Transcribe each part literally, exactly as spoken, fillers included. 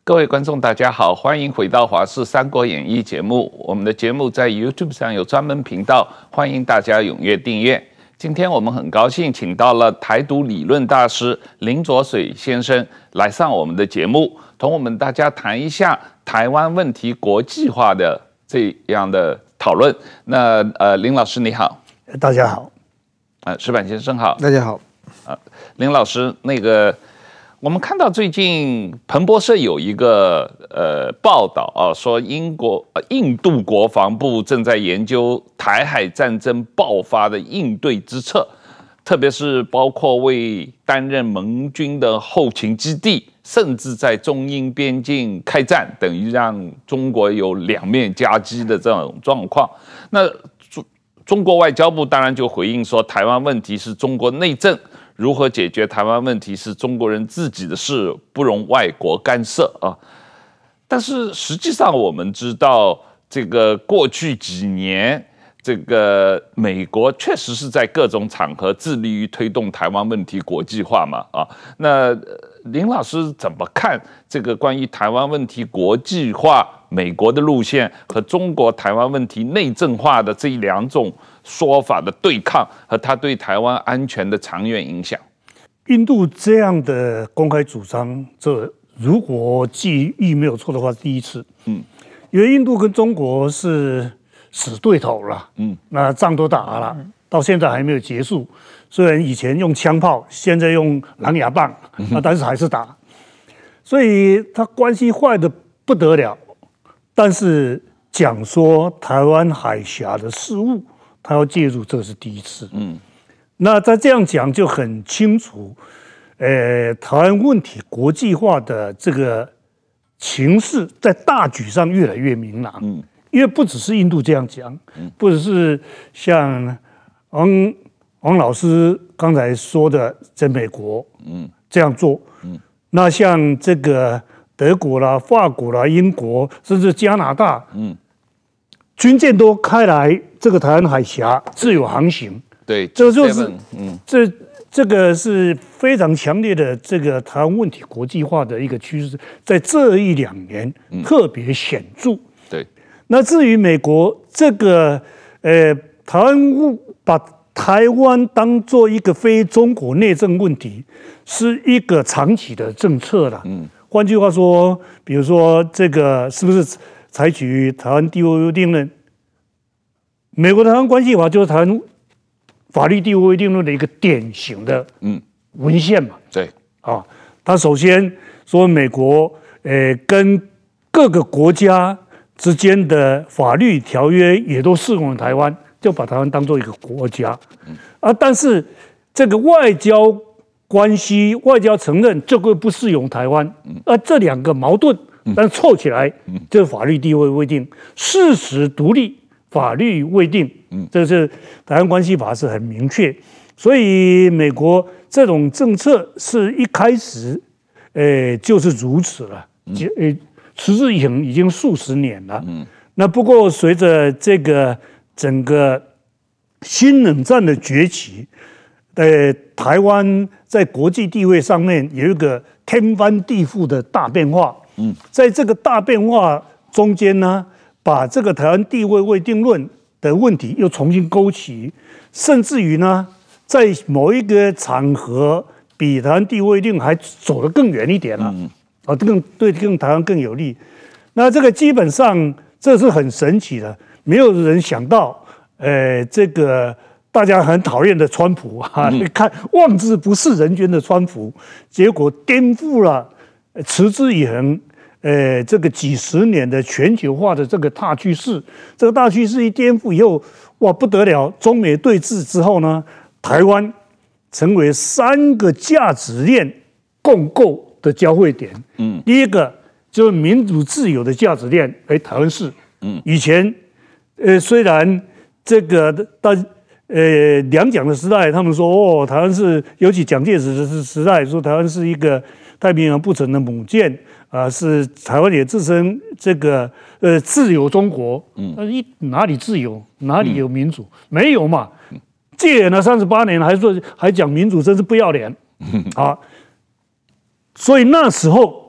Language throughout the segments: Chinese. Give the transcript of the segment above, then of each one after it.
各位观众，大家好，欢迎回到《华视三国演义》节目。我们的节目在 YouTube 上有专门频道，欢迎大家踊跃订阅。今天我们很高兴请到了台独理论大师林濁水先生来上我们的节目，同我们大家谈一下台湾问题国际化的这样的讨论。那呃，林老师你好。 大家好。 呃，石板先生好。 大家好。 呃，林老师，那个。我们看到最近彭博社有一个呃报道啊，说英国、呃、印度国防部正在研究台海战争爆发的应对之策，特别是包括为担任盟军的后勤基地，甚至在中英边境开战，等于让中国有两面夹击的这种状况。那中中国外交部当然就回应说，台湾问题是中国内政。如何解决台湾问题是中国人自己的事，不容外国干涉啊！但是实际上，我们知道，这个过去几年，这个美国确实是在各种场合致力于推动台湾问题国际化嘛啊。那林老师怎么看这个关于台湾问题国际化美国的路线和中国台湾问题内政化的这两种说法的对抗和他对台湾安全的长远影响？ 印度这样的公开主张，这如果记忆没有错的话，第一次。嗯，因为印度跟中国是死对头了。嗯，那仗都打了，到现在还没有结束。虽然以前用枪炮，现在用狼牙棒，那但是还是打。所以他关系坏的不得了。但是讲说台湾海峡的事务，他要介入，这是第一次。嗯，那他这样讲就很清楚，呃，台湾问题国际化的这个情势在大局上越来越明朗。嗯，因为不只是印度这样讲，不只是像王王老师刚才说的，在美国，嗯，这样做，嗯，那像这个德国啦、法国啦、英国，甚至加拿大，嗯。军舰都开来这个台湾海峡自由航行， 对， 这就是，嗯，这这个是非常强烈的这个台湾问题国际化的一个趋势，在这一两年特别显著。嗯、 对， 那至于美国这个，呃，台湾把台湾当做一个非中国内政问题，是一个长期的政策了。嗯，换句话说，比如说这个是不是？采取台湾地位约定论，美国台湾关系法就是台湾法律地位约定论的一个典型的文献嘛。 嗯、对啊，他首先说美国呃跟各个国家之间的法律条约也都适用于台湾，就把台湾当做一个国家。嗯、啊，但是这个外交关系、外交承认这个不适用台湾。啊，这两个矛盾。但是凑起来就是法律地位未定，事实独立，法律未定。这是台湾关系法是很明确，所以美国这种政策是一开始，呃，就是如此了，呃，持之以恒已经数十年了。那不过随着这个整个新冷战的崛起，呃，台湾在国际地位上面有一个天翻地覆的大变化。嗯，在这个大变化中间呢，把这个台湾地位未定论的问题又重新勾起，甚至于呢，在某一个场合比台湾地位未定还走得更远一点了，嗯、啊，更对更台湾更有利。那这个基本上这是很神奇的，没有人想到，呃，这个大家很讨厌的川普啊，嗯、看望之不是人间的川普，结果颠覆了。持之以恒，呃，这个几十年的全球化的这个大趋势，这个大趋势一颠覆以后，哇，不得了！中美对峙之后呢，台湾成为三个价值链共构的交汇点。嗯，第一个就是民主自由的价值链，哎，台湾是。嗯，以前，呃，虽然这个到呃两蒋的时代，他们说哦，台湾是，尤其蒋介石的时代，说台湾是一个。太平洋不成的母舰啊、呃，是台湾也自称这个呃自由中国，嗯，一哪里自由，哪里有民主？嗯、没有嘛，戒严了三十八年，还说还讲民主，真是不要脸啊！所以那时候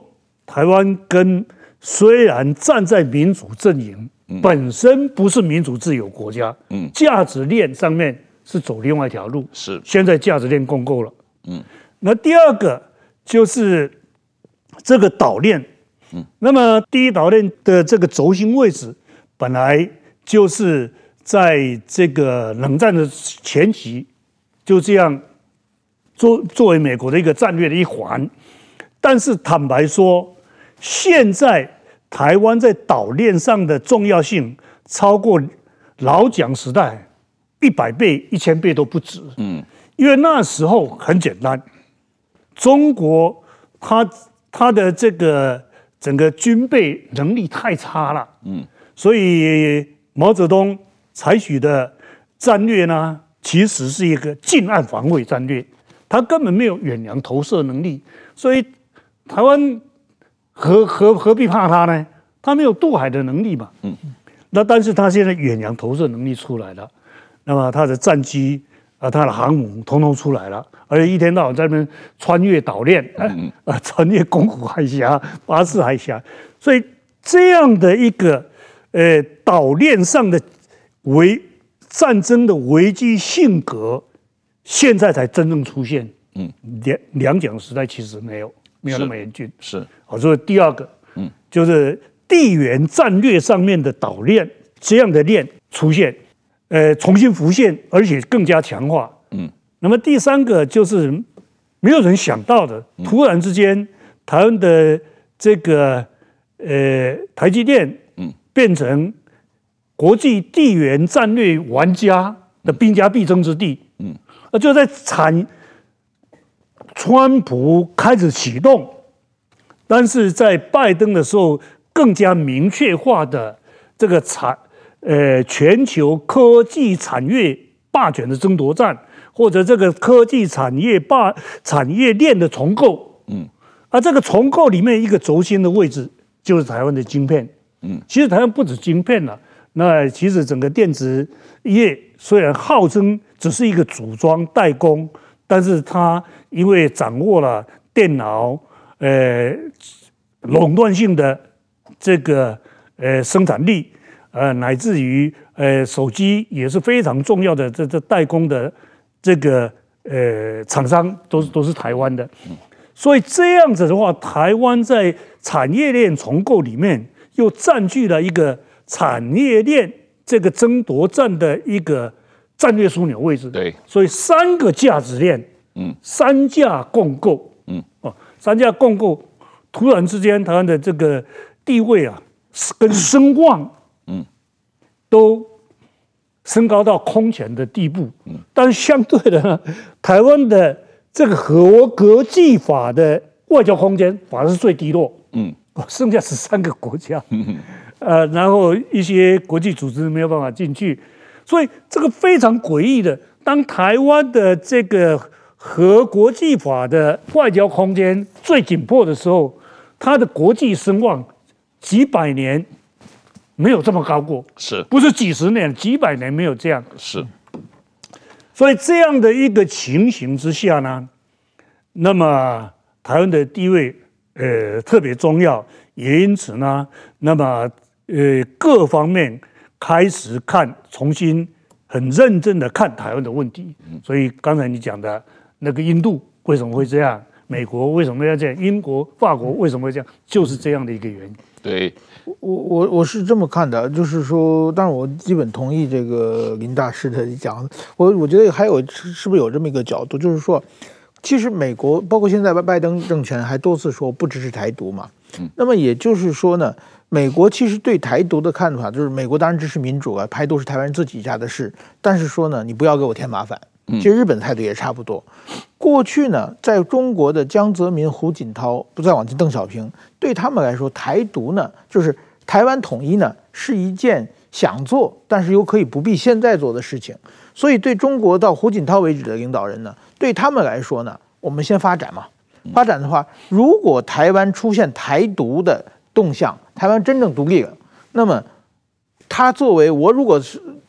台湾跟虽然站在民主阵营，嗯、本身不是民主自由国家，嗯，价值链上面是走另外一条路。 是， 现在价值链共构了。嗯，那第二个就是这个岛链。嗯，那么第一岛链的这个轴心位置，本来就是在这个冷战的前期，就这样作作为美国的一个战略的一环。但是坦白说，现在台湾在岛链上的重要性，超过老蒋时代一百倍、一千倍都不止。嗯，因为那时候很简单，中国它它的这个整个军备能力太差了。嗯，所以毛泽东采取的战略呢，其实是一个近岸防卫战略，他根本没有远洋投射能力，所以台湾何何何必怕他呢？他没有渡海的能力嘛。嗯，那但是他现在远洋投射能力出来了，那么他的战机啊，他的航母统统出来了，而且一天到晚在那边穿越岛链，嗯、啊，穿越宫古海峡、巴士海峡，所以这样的一个呃岛链上的危战争的危机性格，现在才真正出现。嗯，两两蒋时代其实没有。没有那么严峻， 是好。所以第二个，嗯，就是地缘战略上面的岛链这样的链出现，呃，重新浮现，而且更加强化，嗯。那么第三个就是没有人想到的，嗯、突然之间，台湾的这个呃台积电，嗯，变成国际地缘战略玩家的兵家必争之地，嗯，呃，就在产。川普开始启动，但是在拜登的时候更加明确化的这个产呃全球科技产业霸权的争夺战，或者这个科技产业霸产业链的重构，嗯，而这个重构里面一个轴心的位置就是台湾的晶片，嗯，其实台湾不止晶片了，那其实整个电子业虽然号称只是一个组装代工。但是他因为掌握了电脑，呃，垄断性的这个呃生产力，呃，乃至于呃手机也是非常重要的这这代工的这个呃厂商都是都是台湾的，所以这样子的话，台湾在产业链重构里面又占据了一个产业链这个争夺战的一个。战略枢纽位置， 对， 所以三个价值链，嗯，三价共构，嗯，哦，三价共构，突然之间，台湾的这个地位啊，跟声望，嗯，都升高到空前的地步，嗯，但是相对的呢，台湾的这个和国际法的外交空间反而是最低落，嗯，剩下十三个国家，嗯，呃，然后一些国际组织没有办法进去。所以这个非常诡异的，当台湾的这个和国际法的外交空间最紧迫的时候，它的国际声望几百年没有这么高过， 是不是几十年、几百年没有这样？ 是。 所以这样的一个情形之下呢，那么台湾的地位呃特别重要，也因此呢，那么呃各方面。开始看，重新很认真的看台湾的问题。所以刚才你讲的那个印度为什么会这样，美国为什么要这样，英国、法国为什么会这样，就是这样的一个原因。 对， 我我我是这么看的，就是说，当然我基本同意这个林大师的讲。我我觉得还有是不是有这么一个角度，就是说，其实美国包括现在拜登政权还多次说不支持台独嘛。嗯、那么也就是说呢。美国其实对台独的看法就是，美国当然支持民主啊，台独是台湾人自己家的事。但是说呢，你不要给我添麻烦。其实日本的态度也差不多。过去呢，在中国的江泽民、胡锦涛，不再往前邓小平，对他们来说，台独呢，就是台湾统一呢，是一件想做，但是又可以不必现在做的事情。所以对中国到胡锦涛为止的领导人呢，对他们来说呢，我们先发展嘛。发展的话，如果台湾出现台独的动向，台湾真正独立了，那么他作为我如果是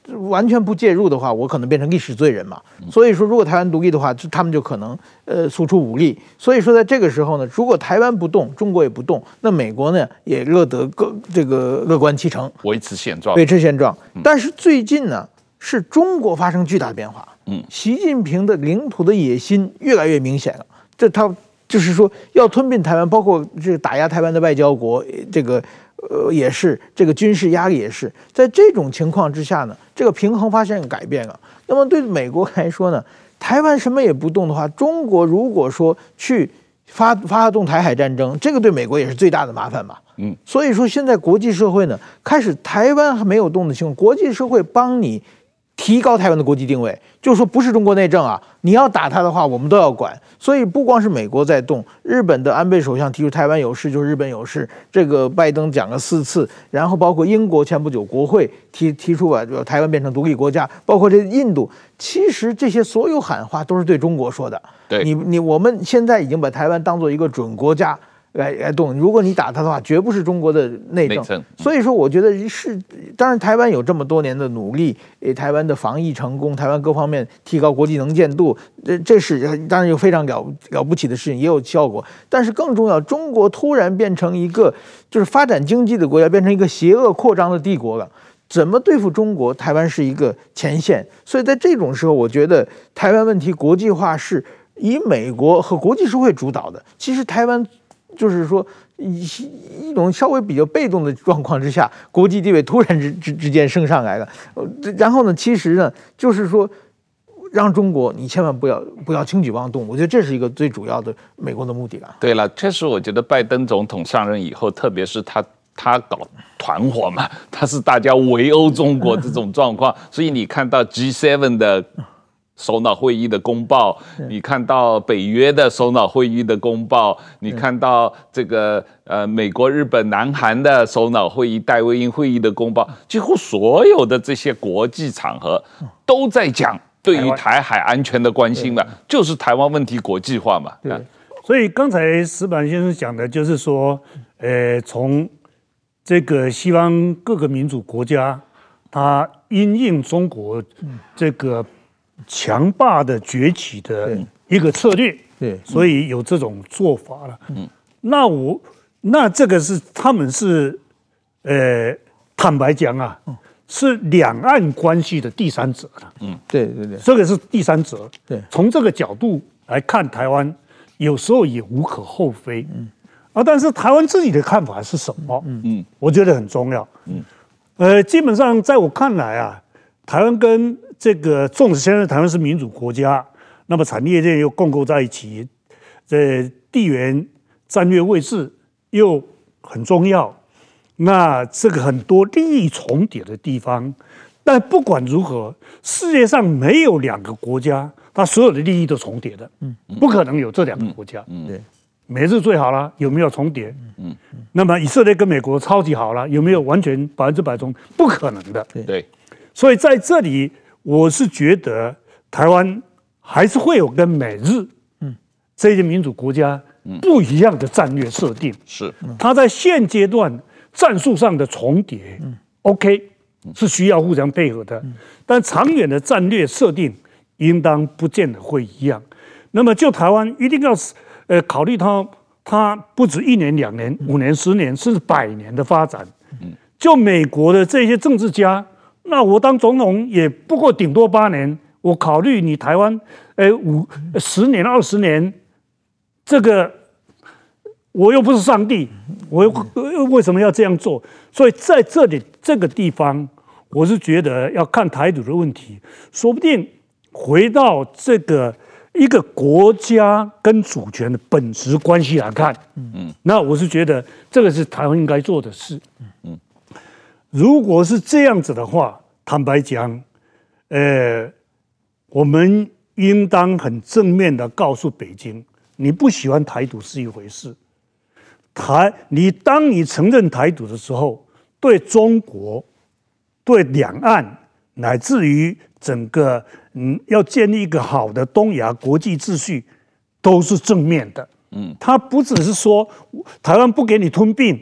完全不介入的话，我可能变成历史罪人嘛。所以说，如果台湾独立的话，他们就可能呃诉出武力。所以说，在这个时候呢，如果台湾不动，中国也不动，那美国呢也乐得各这个乐观其成， 维持现状， 维持现状。但是最近呢，是中国发生巨大的变化。嗯，习近平的领土的野心越来越明显了。这他就是说要吞并台湾，包括这个打压台湾的外交国，这个。呃，也是这个军事压力也是在这种情况之下呢，这个平衡发生改变了。那么对美国来说呢，台湾什么也不动的话，中国如果说去发发动台海战争，这个对美国也是最大的麻烦嘛。嗯，所以说现在国际社会呢，开始台湾还没有动的情况，国际社会帮你提高台湾的国际定位，就是说不是中国内政啊，你要打他的话，我们都要管。所以不光是美国在动，日本的安倍首相提出台湾有事就是日本有事，这个拜登讲了四次，然后包括英国前不久国会提提出啊，台湾变成独立国家，包括这印度，其实这些所有喊话都是对中国说的。 对你你我们现在已经把台湾当做一个准国家。来来动，如果你打他的话，绝不是中国的内政。 内政所以说，我觉得是，当然台湾有这么多年的努力，诶，台湾的防疫成功，台湾各方面提高国际能见度，这这是当然有非常了了不起的事情，也有效果。但是更重要，中国突然变成一个就是发展经济的国家，变成一个邪恶扩张的帝国了。怎么对付中国？台湾是一个前线，所以在这种时候，我觉得台湾问题国际化是以美国和国际社会主导的。其实台湾。就是说，一一种稍微比较被动的状况之下，国际地位突然之之之间升上来了。然后呢，其实呢，就是说，让中国你千万不要不要轻举妄动。我觉得这是一个最主要的美国的目的了。 对了，确实，我觉得拜登总统上任以后，特别是他他搞团伙嘛，他是大家围殴中国这种状况，所以你看到 G 七 的。首脑会议的公报，你看到北约的首脑会议的公报，你看到这个呃美国、日本、南韩的首脑会议、戴维营会议的公报，几乎所有的这些国际场合都在讲对于台海安全的关心嘛，就是台湾问题国际化嘛。 对，所以刚才石板先生讲的就是说，呃，从这个西方各个民主国家，它因应中国这个。强霸的崛起的一个策略， 对， 所以有这种做法了。嗯，那我那这个是他们是，呃，坦白讲啊，是两岸关系的第三者了。 嗯，对对对， 这个是第三者。 对， 从这个角度来看，台湾有时候也无可厚非。嗯，啊，但是台湾自己的看法是什么？嗯嗯，我觉得很重要。嗯，呃，基本上在我看来啊，台湾跟这个纵使现在台湾是民主国家，那么产业链又共构在一起，这地缘战略位置又很重要，那这个很多利益重叠的地方。但不管如何，世界上没有两个国家，它所有的利益都重叠的，嗯，不可能有这两个国家。 嗯，对， 美日最好了，有没有重叠？嗯，那么以色列跟美国超级好了，有没有完全百分之百重？不可能的。 对， 所以在这里。我是觉得台湾还是会有跟美日，嗯，这些民主国家不一样的战略设定。 是， 它在现阶段战术上的重叠，嗯 ，OK， 是需要互相配合的。但长远的战略设定应当不见得会一样。那么就台湾一定要呃考虑它，它不止一年、两年、五年、十年，甚至百年的发展。就美国的这些政治家。那我当总统也不过顶多八年，我考虑你台湾，呃五十年、二十年，这个我又不是上帝，我又为什么要这样做？所以在这里这个地方，我是觉得要看台独的问题，说不定回到这个一个国家跟主权的本质关系来看，嗯，那我是觉得这个是台湾应该做的事，嗯。如果是这样子的话，坦白讲，呃，我们应当很正面的告诉北京，你不喜欢台独是一回事，台你当你承认台独的时候，对中国、对两岸，乃至于整个嗯要建立一个好的东亚国际秩序，都是正面的。嗯，它不只是说台湾不给你吞并。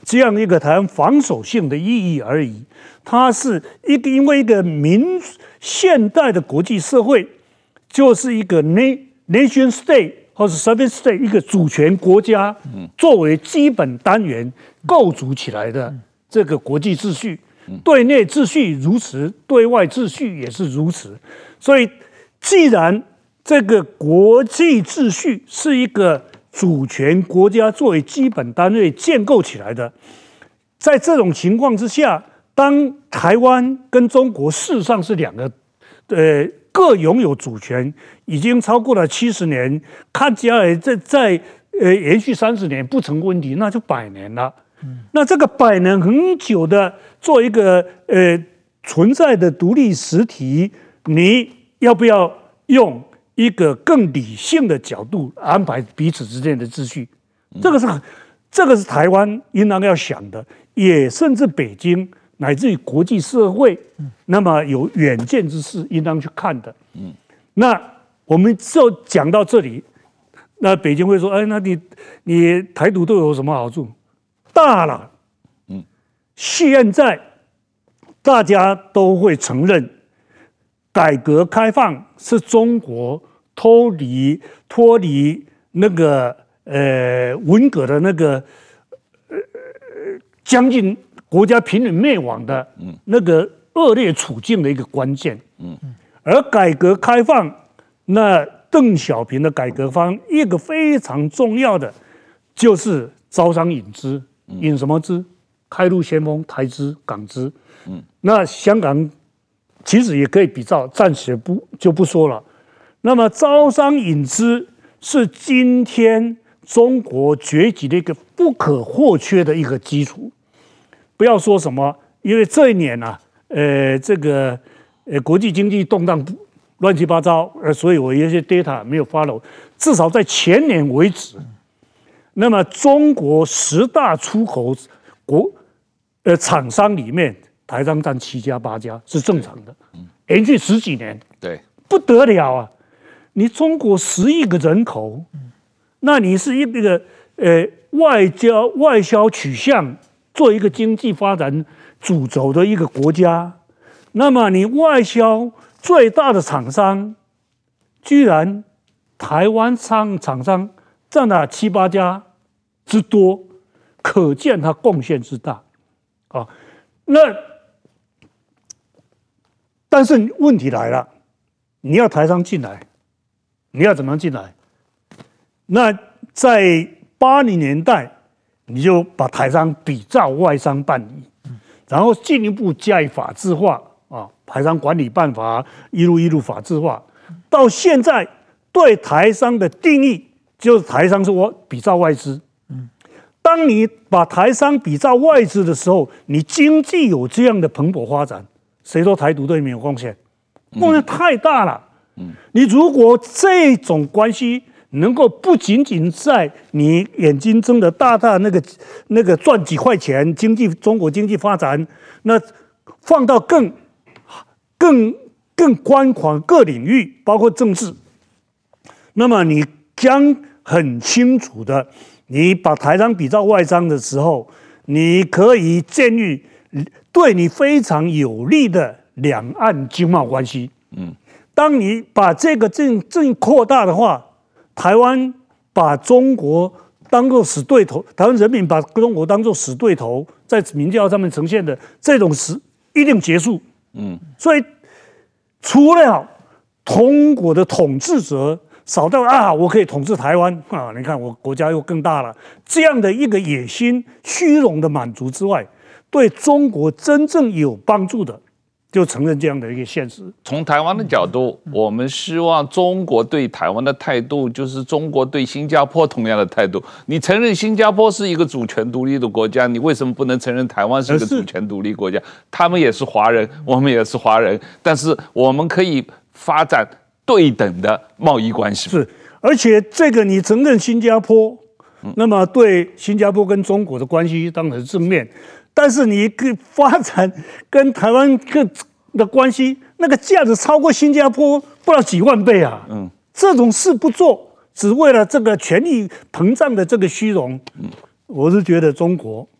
这样一个台湾防守性的意义而已。它是一个因为一个民现代的国际社会，就是一个 nation state 或是 sovereign state 一个主权国家作为基本单元构筑起来的这个国际秩序，对内秩序如此，对外秩序也是如此。所以，既然这个国际秩序是一个主权国家作为基本单位建构起来的，在这种情况之下，当台湾跟中国事实上是两个，呃，各拥有主权，已经超过了七十年，看起来在在呃延续三十年不成问题，那就百年了。嗯、那这个百年很久的做一个呃存在的独立实体，你要不要用一个更理性的角度安排彼此之间的秩序？这个是这个是台湾应当要想的，也甚至北京乃至于国际社会，那么有远见之士应当去看的。嗯，那我们就讲到这里，那北京会说：“哎，那你你台独对我有什么好处？大了，嗯，现在大家都会承认。”改革开放是中国脱离脱离那个呃文革的那个呃将近国家濒临灭亡的那个恶劣处境的一个关键。嗯，而改革开放，那邓小平的改革方一个非常重要的就是招商引资，引什么资？开路先锋、台资、港资。嗯，那香港。其实也可以比照，暂时不就不说了。那么招商引资是今天中国崛起的一个不可或缺的一个基础。不要说什么，因为这一年啊，呃，这个呃国际经济动荡乱七八糟，呃，所以我有些 data 没有 follow。至少在前年为止，那么中国十大出口国呃厂商里面。台商占七家八家是正常的，连续十几年， 对， 不得了啊！你中国十亿个人口，那你是一个呃外交外销取向做一个经济发展主轴的一个国家，那么你外销最大的厂商，居然台湾商厂商占了七八家之多，可见它贡献之大啊！那但是问题来了，你要台商进来，你要怎么进来？那在八零年代，你就把台商比照外商办理，然后进一步加以法制化啊，台商管理办法一路一路法制化，到现在对台商的定义就是台商是我比照外资。当你把台商比照外资的时候，你经济有这样的蓬勃发展。谁说台独对你有贡献？贡献太大了。嗯，你如果这种关系能够不仅仅在你眼睛睁得大大那个那个赚几块钱，经济中国经济发展，那放到更更更宽广各领域，包括政治，那么你将很清楚的，你把台商比照外商的时候，你可以建立。对你非常有利的两岸经贸关系，嗯，当你把这个正正扩大的话，台湾把中国当作死对头，台湾人民把中国当作死对头，在民调上面呈现的这种死一定结束，嗯，所以除了中国的统治者少到啊，我可以统治台湾啊，你看我国家又更大了，这样的一个野心、虚荣的满足之外。对中国真正有帮助的，就承认这样的一个现实。 从台湾的角度，我们希望中国对台湾的态度，就是中国对新加坡同样的态度。你承认新加坡是一个主权独立的国家，你为什么不能承认台湾是一个主权独立国家？他们也是华人，我们也是华人，但是我们可以发展对等的贸易关系。 是，而且这个你承认新加坡，那么对新加坡跟中国的关系当然是正面。但是你发展跟台湾的关系，那个价值超过新加坡不知道几万倍啊！嗯，这种事不做，只为了这个权力膨胀的这个虚荣，嗯，我是觉得中国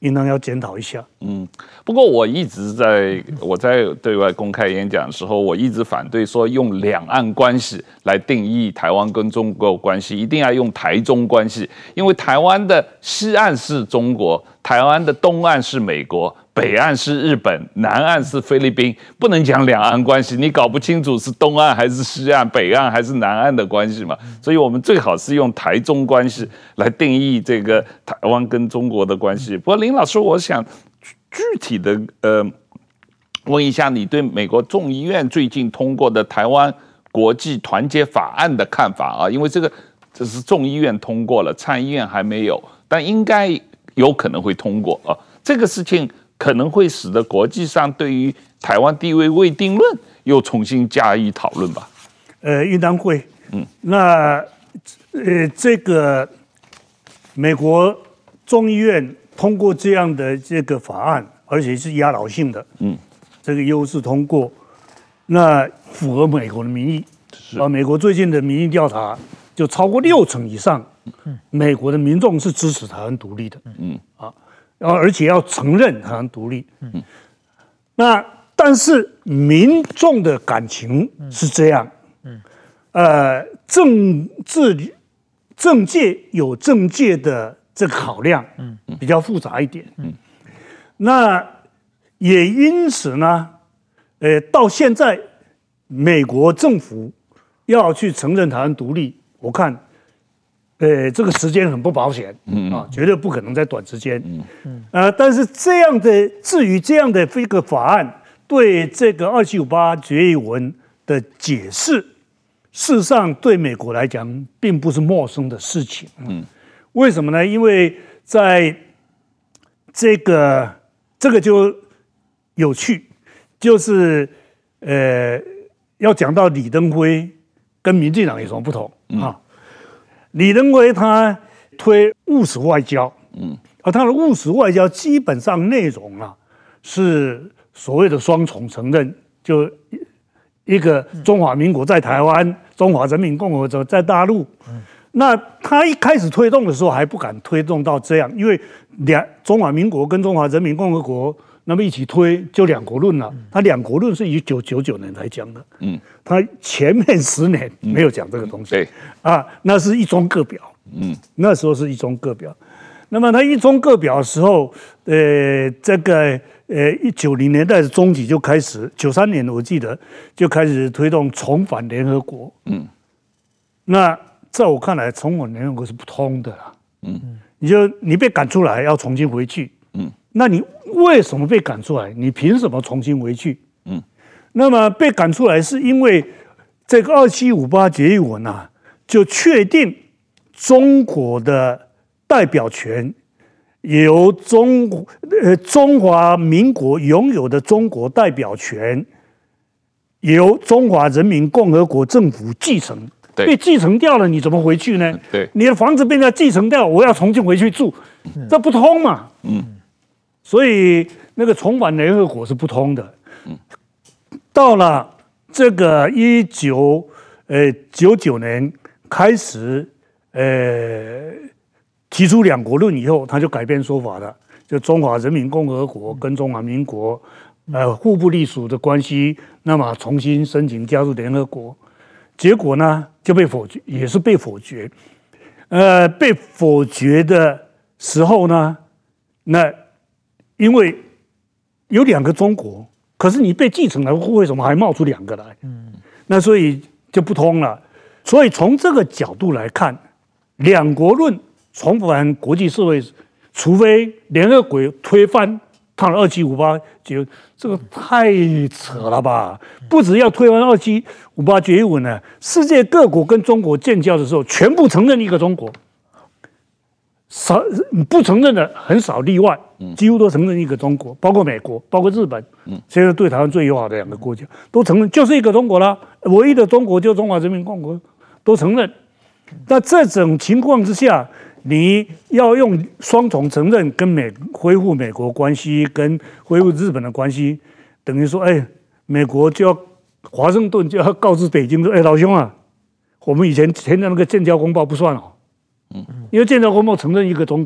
应当要检讨一下。 嗯，不过我一直在我在对外公开演讲的时候，我一直反对说用两岸关系来定义台湾跟中国关系，一定要用台中关系，因为台湾的西岸是中国，台湾的东岸是美国，北岸是日本，南岸是菲律宾，不能讲两岸关系，你搞不清楚是东岸还是西岸，北岸还是南岸的关系嘛。所以我们最好是用台中关系来定义这个台湾跟中国的关系。不过林老师，我想具体的呃问一下你对美国众议院最近通过的台湾国际团结法案的看法啊，因为这个这是众议院通过了，参议院还没有，但应该有可能会通过啊。这个事情可能会使得国际上对于台湾地位未定论又重新加以讨论吧？ 呃，应当会。嗯，那呃，这个美国众议院通过这样的这个法案，而且是压倒性的，嗯，这个优势通过，那符合美国的民意。是啊，美国最近的民意调查就超过六成以上，嗯，美国的民众是支持台湾独立的。嗯啊。而且要承认台湾独立，嗯，那但是民众的感情是这样，嗯，呃，政治政界有政界的这个考量，嗯，比较复杂一点，嗯，那也因此呢，呃，到现在美国政府要去承认台湾独立，我看。呃，这个时间很不保险，嗯啊，绝对不可能在短时间，嗯嗯，呃，但是这样的至于这样的一个法案对这个二七五八决议文的解释，事实上对美国来讲并不是陌生的事情，嗯，为什么呢？因为在这个这个就有趣，就是呃，要讲到李登辉跟民进党有什么不同啊？李登辉他推务实外交，嗯，而他的务实外交基本上内容啊是所谓的双重承认，就一个中华民国在台湾，中华人民共和国在大陆。嗯，那他一开始推动的时候还不敢推动到这样，因为两中华民国跟中华人民共和国那么一起推就两国论了。他两国论是一九九九年才讲的，嗯，他前面十年没有讲这个东西，对啊，那是一中各表，嗯，那时候是一中各表。那么他一中各表的时候，呃，这个呃一九零年代的中期就开始，九三年我记得就开始推动重返联合国，嗯，那在我看来，重返联合国是不通的啦，嗯，你就你被赶出来要重新回去，嗯，那你为什么被赶出来？你凭什么重新回去？嗯，那么被赶出来是因为这个二七五八决议文啊，就确定中国的代表权由中呃中华民国拥有的中国代表权由中华人民共和国政府继承。被继承掉了，你怎么回去呢？对，你的房子被人家继承掉，我要重新回去住，嗯、这不通嘛。嗯，所以那个重返联合国是不通的。嗯，到了这个一九呃九九年开始呃提出两国论以后，他就改变说法了，就中华人民共和国跟中华民国呃互不隶属的关系，那么重新申请加入联合国。结果呢就被否决，也是被否决。呃，被否决的时候呢，那因为有两个中国，可是你被继承了，为什么还冒出两个来？嗯，那所以就不通了。所以从这个角度来看，两国论重返国际社会，除非联合国推翻他的二七五八决，这个太扯了吧！不只要推翻二七五八决议文呢，世界各国跟中国建交的时候，全部承认一个中国，少不承认的很少例外，几乎都承认一个中国，包括美国，包括日本，现在对台湾最友好的两个国家都承认，就是一个中国啦。唯一的中国就中华人民共和国都承认。那这种情况之下，你要用双重承认跟美恢复美国关系，跟恢复日本的关系，等于说，哎，美国就要华盛顿就要告知北京说，哎，老兄啊，我们以前签的那个建交公报不算哦，嗯，因为建交公报承认一个中国嘛，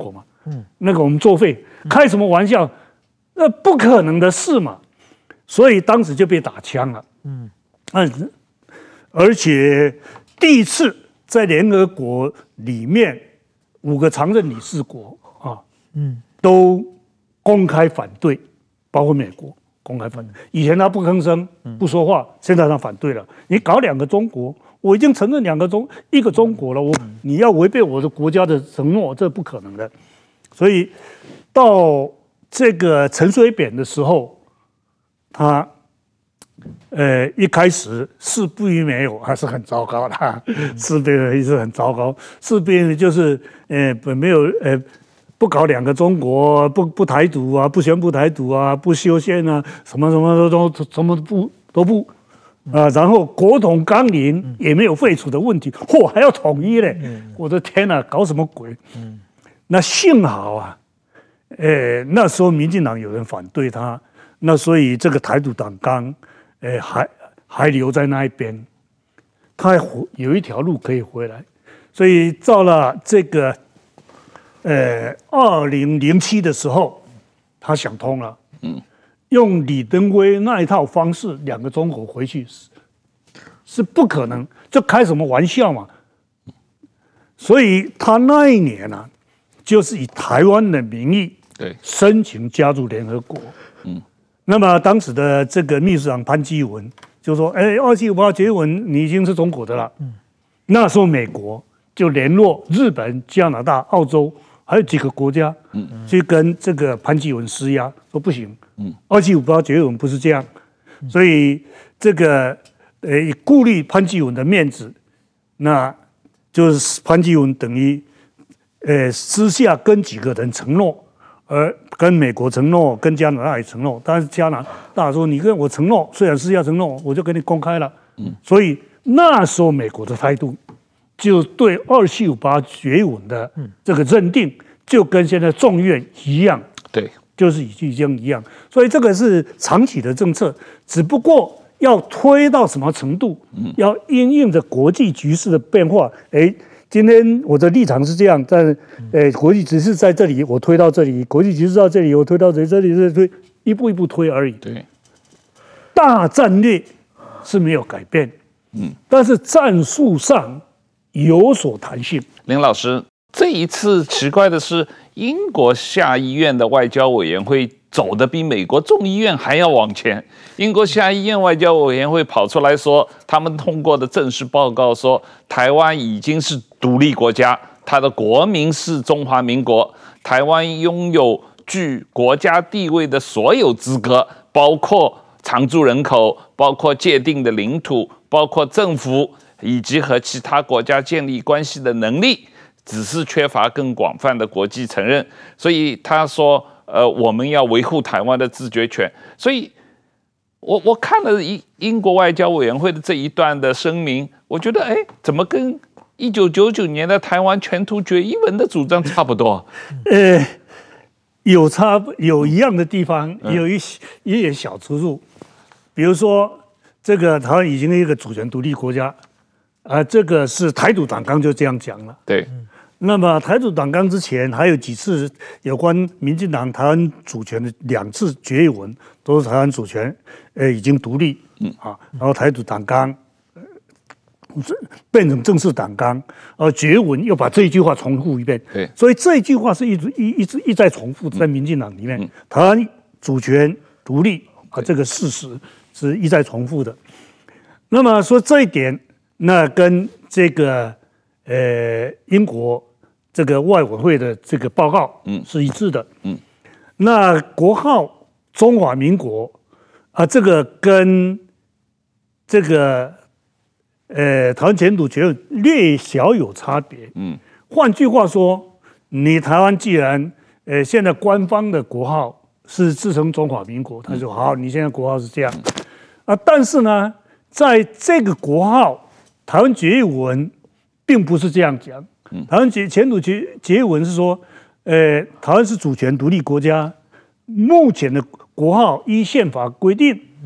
嗯，那个我们作废，开什么玩笑？那不可能的事嘛。所以当时就被打枪了。嗯，嗯，而且第一次在联合国里面，五个常任理事国啊，嗯，都公开反对，包括美国公开反对。以前他不吭声、不说话，现在他反对了。你搞两个中国，我已经承认两个中一个中国了，我你要违背我的国家的承诺，这不可能的。所以到这个陈水扁的时候，他。呃，一开始势必没有，还是很糟糕的，势必也是很糟糕。势必就是呃，没有呃，不搞两个中国，不不台独啊，不宣布台独啊，不修宪啊，什么什么都都什么不都不啊，然后国统纲领也没有废除的问题，嚯、还要统一嘞！我的天哪，搞什么鬼？那幸好啊，呃，那时候民进党有人反对他，那所以这个台独党纲。呃，还还留在那一边，他有一条路可以回来，所以到了这个呃二零零七的时候，他想通了，嗯，用李登辉那一套方式，两个中国回去是是不可能，这开什么玩笑嘛？所以他那一年呢、啊，就是以台湾的名义对申请加入联合国，嗯。那么当时的这个秘书长潘基文就说：“哎，二七五八决议文你已经是中国的了。”嗯，那时候美国就联络日本、加拿大、澳洲还有几个国家，嗯，去跟这个潘基文施压，说不行，嗯，二七五八决议文不是这样，所以这个呃顾虑潘基文的面子，那就是潘基文等于呃私下跟几个人承诺。而跟美国承诺，跟加拿大也承诺，但是加拿大说你跟我承诺，虽然私下承诺，我就给你公开了。嗯，所以那时候美国的态度，就对二七五八决议文的这个认定，就跟现在众院一样，对，就是已经一样。所以这个是长期的政策，只不过要推到什么程度，嗯，要因应着国际局势的变化，哎。今天我的立场是这样，但呃，国际只是在这里，我推到这里；国际局势到这里，我推到这里，这里是推，一步一步推而已。对，大战略是没有改变，嗯，但是战术上有所弹性。 林老师，这一次奇怪的是，英国下议院的外交委员会走得比美国众议院还要往前。英国下议院外交委员会跑出来说，他们通过的正式报告说，台湾已经是独立国家，它的国名是中华民国，台湾拥有具国家地位的所有资格，包括常住人口，包括界定的领土，包括政府以及和其他国家建立关系的能力，只是缺乏更广泛的国际承认。所以他说，呃，我们要维护台湾的自决权。所以我我看了英英国外交委员会的这一段的声明，我觉得，哎，怎么跟一九九九年的台湾全图决议文的主张差不多？ 呃，有差有一样的地方，有一也有小出入。比如说，这个台湾已经是一个主权独立国家，啊、呃，这个是台独党纲就这样讲了。 对。 那么台独党纲之前还有几次有关民进党台湾主权的两次决议文，都是台湾主权，呃，已经独立，嗯啊，然后台独党纲，呃，变成正式党纲，呃，决议文又把这一句话重复一遍，对，所以这一句话是一直一一直一再重复在民进党里面，嗯、台湾主权独立啊，这个事实是一再重复的。那么说这一点，那跟这个呃英国。这个外委会的这个报告，嗯，是一致的，嗯，那国号中华民国啊，这个跟这个呃台湾前途决议略小有差别，嗯，换句话说，你台湾既然呃现在官方的国号是自称中华民国，他说好，你现在国号是这样，啊，但是呢，在这个国号台湾决议文并不是这样讲。台湾前途决议文是说，呃，台湾是主权独立国家，目前的国号依宪法规定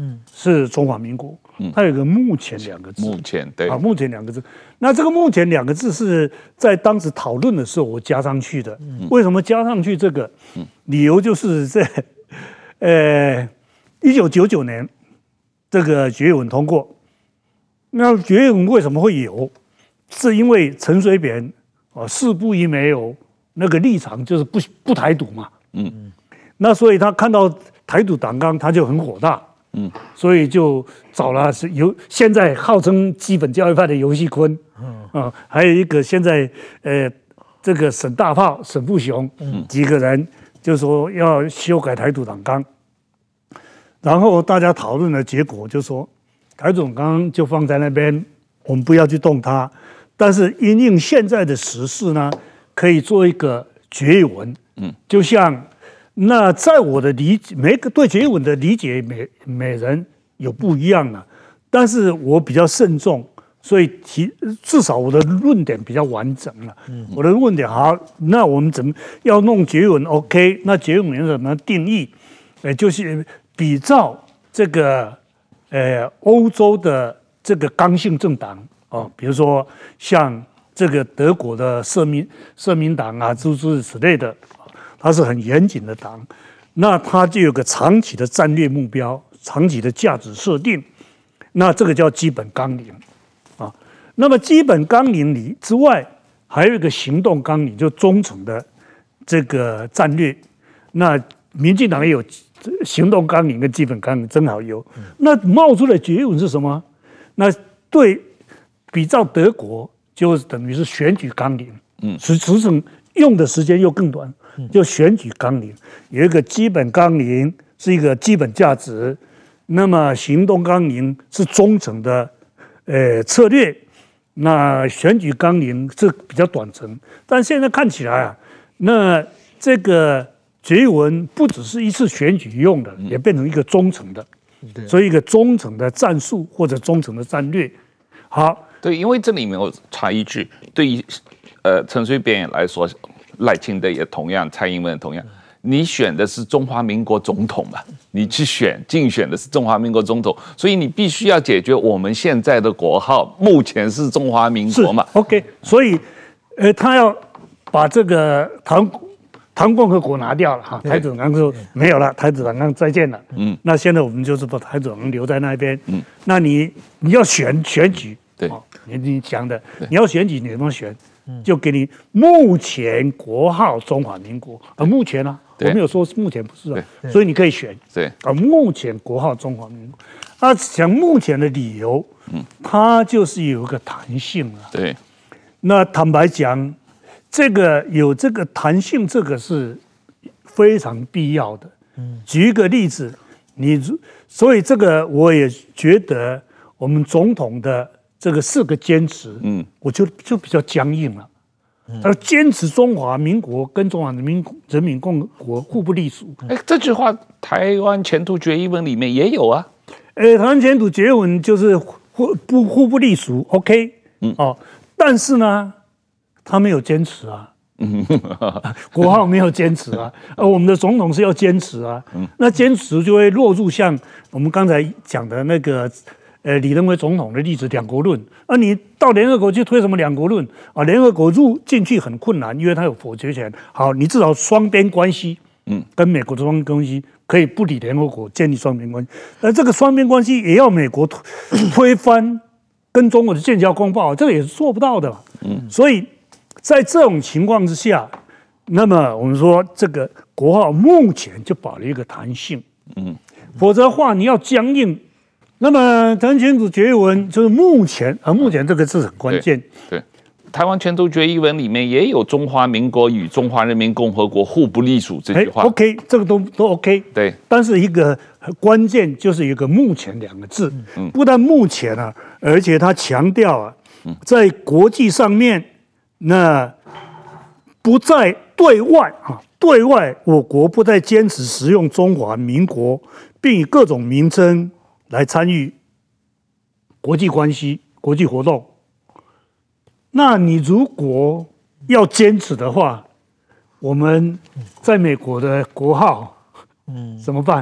嗯，是中华民国，它有一个目前两个字， 目前对啊，目前两个字。那这个目前两个字是在当时讨论的时候我加上去的。为什么加上去这个？理由就是在呃一九九九年这个决议文通过。那决议文为什么会有？是因为陈水扁啊誓不以没有那个立场，就是不不台独嘛。嗯，那所以他看到台独党纲，他就很火大。嗯，所以就找了是游现在号称基本教育派的游锡堃，嗯啊，还有一个现在呃这个沈大炮沈富雄，嗯，几个人就说要修改台独党纲，然后大家讨论的结果就说台独党纲就放在那边，我们不要去动它，但是因应现在的时事呢，可以做一个决议文，嗯，就像。那在我的理解，每个对决议文的理解，每每人有不一样的，但是我比较慎重，所以提至少我的论点比较完整了。嗯，我的论点好，那我们怎么要弄决议文 ？OK， 那决议文怎么定义？呃，就是比照这个呃欧洲的这个刚性政党哦，比如说像这个德国的社民社民党啊，诸如此类的。它是很严谨的党，那它就有个长期的战略目标、长期的价值设定，那这个叫基本纲领啊。那么基本纲领里之外，还有一个行动纲领，就中层的这个战略。那民进党也有行动纲领跟基本纲领，正好有。那冒出的决议文是什么？那对比照德国，就等于是选举纲领，嗯，实实质用的时间又更短。就选举纲领有一个基本纲领是一个基本价值，那么行动纲领是中层的呃策略，那选举纲领是比较短程。但现在看起来啊，那这个决议文不只是一次选举用的，也变成一个中层的，所以一个中层的战术或者中层的战略。好， 对，因为这里面我插一句，对于呃陈水扁来说。赖清德也同样，蔡英文同样，你选的是中华民国总统嘛？你去选竞选的是中华民国总统，所以你必须要解决我们现在的国号，目前是中华民国嘛 ？OK， 所以，呃，他要把这个台台湾共和国拿掉了哈，台独党就没有了，台独党再见了。嗯，那现在我们就是把台独党留在那边。嗯，那你你要选选举， 对， 哦、你你讲的，你要选举，你怎么选？就给你目前国号中华民国，而目前呢、啊，我没有说目前不是啊，所以你可以选。 对， 而目前国号中华民国，那讲目前的理由，嗯，它就是有一个弹性啊。 对， 那坦白讲，这个有这个弹性，这个是非常必要的。嗯，举一个例子，你所以这个我也觉得我们总统的。这个四个坚持，嗯，我觉得就比较僵硬了。他坚持中华民国跟中华人民人民共和国互不隶属。 哎，这句话台湾前途决议文里面也有啊。 呃，台湾前途决议文就是互不互不隶属 ，OK， 嗯哦，但是呢，他没有坚持啊。国号没有坚持啊，而我们的总统是要坚持啊。那坚持就会落入像我们刚才讲的那个。呃，李登辉总统的例子，两国论。啊，你到联合国去推什么两国论啊？联合国入进去很困难，因为它有否决权。好，你至少双边关系，嗯，跟美国的双边关系可以不理联合国建立双边关系。而这个双边关系也要美国推翻跟中国的建交公报，这个也是做不到的。嗯，所以在这种情况之下，那么我们说这个国号目前就保留一个弹性，嗯，否则的话你要僵硬。那么台湾前途决议文就是目前啊，目前这个字很关键。 对，对台湾前途决议文里面也有中华民国与中华人民共和国互不隶属这句话。 OK， 这个都都 OK。 对， 但是一个关键就是一个目前两个字，嗯、不但目前啊，而且他强调啊，在国际上面，那不在对外啊，对外我国不再坚持使用中华民国，并以各种名称。来参与国际关系、国际活动，那你如果要坚持的话，我们在美国的国号，嗯，怎么办？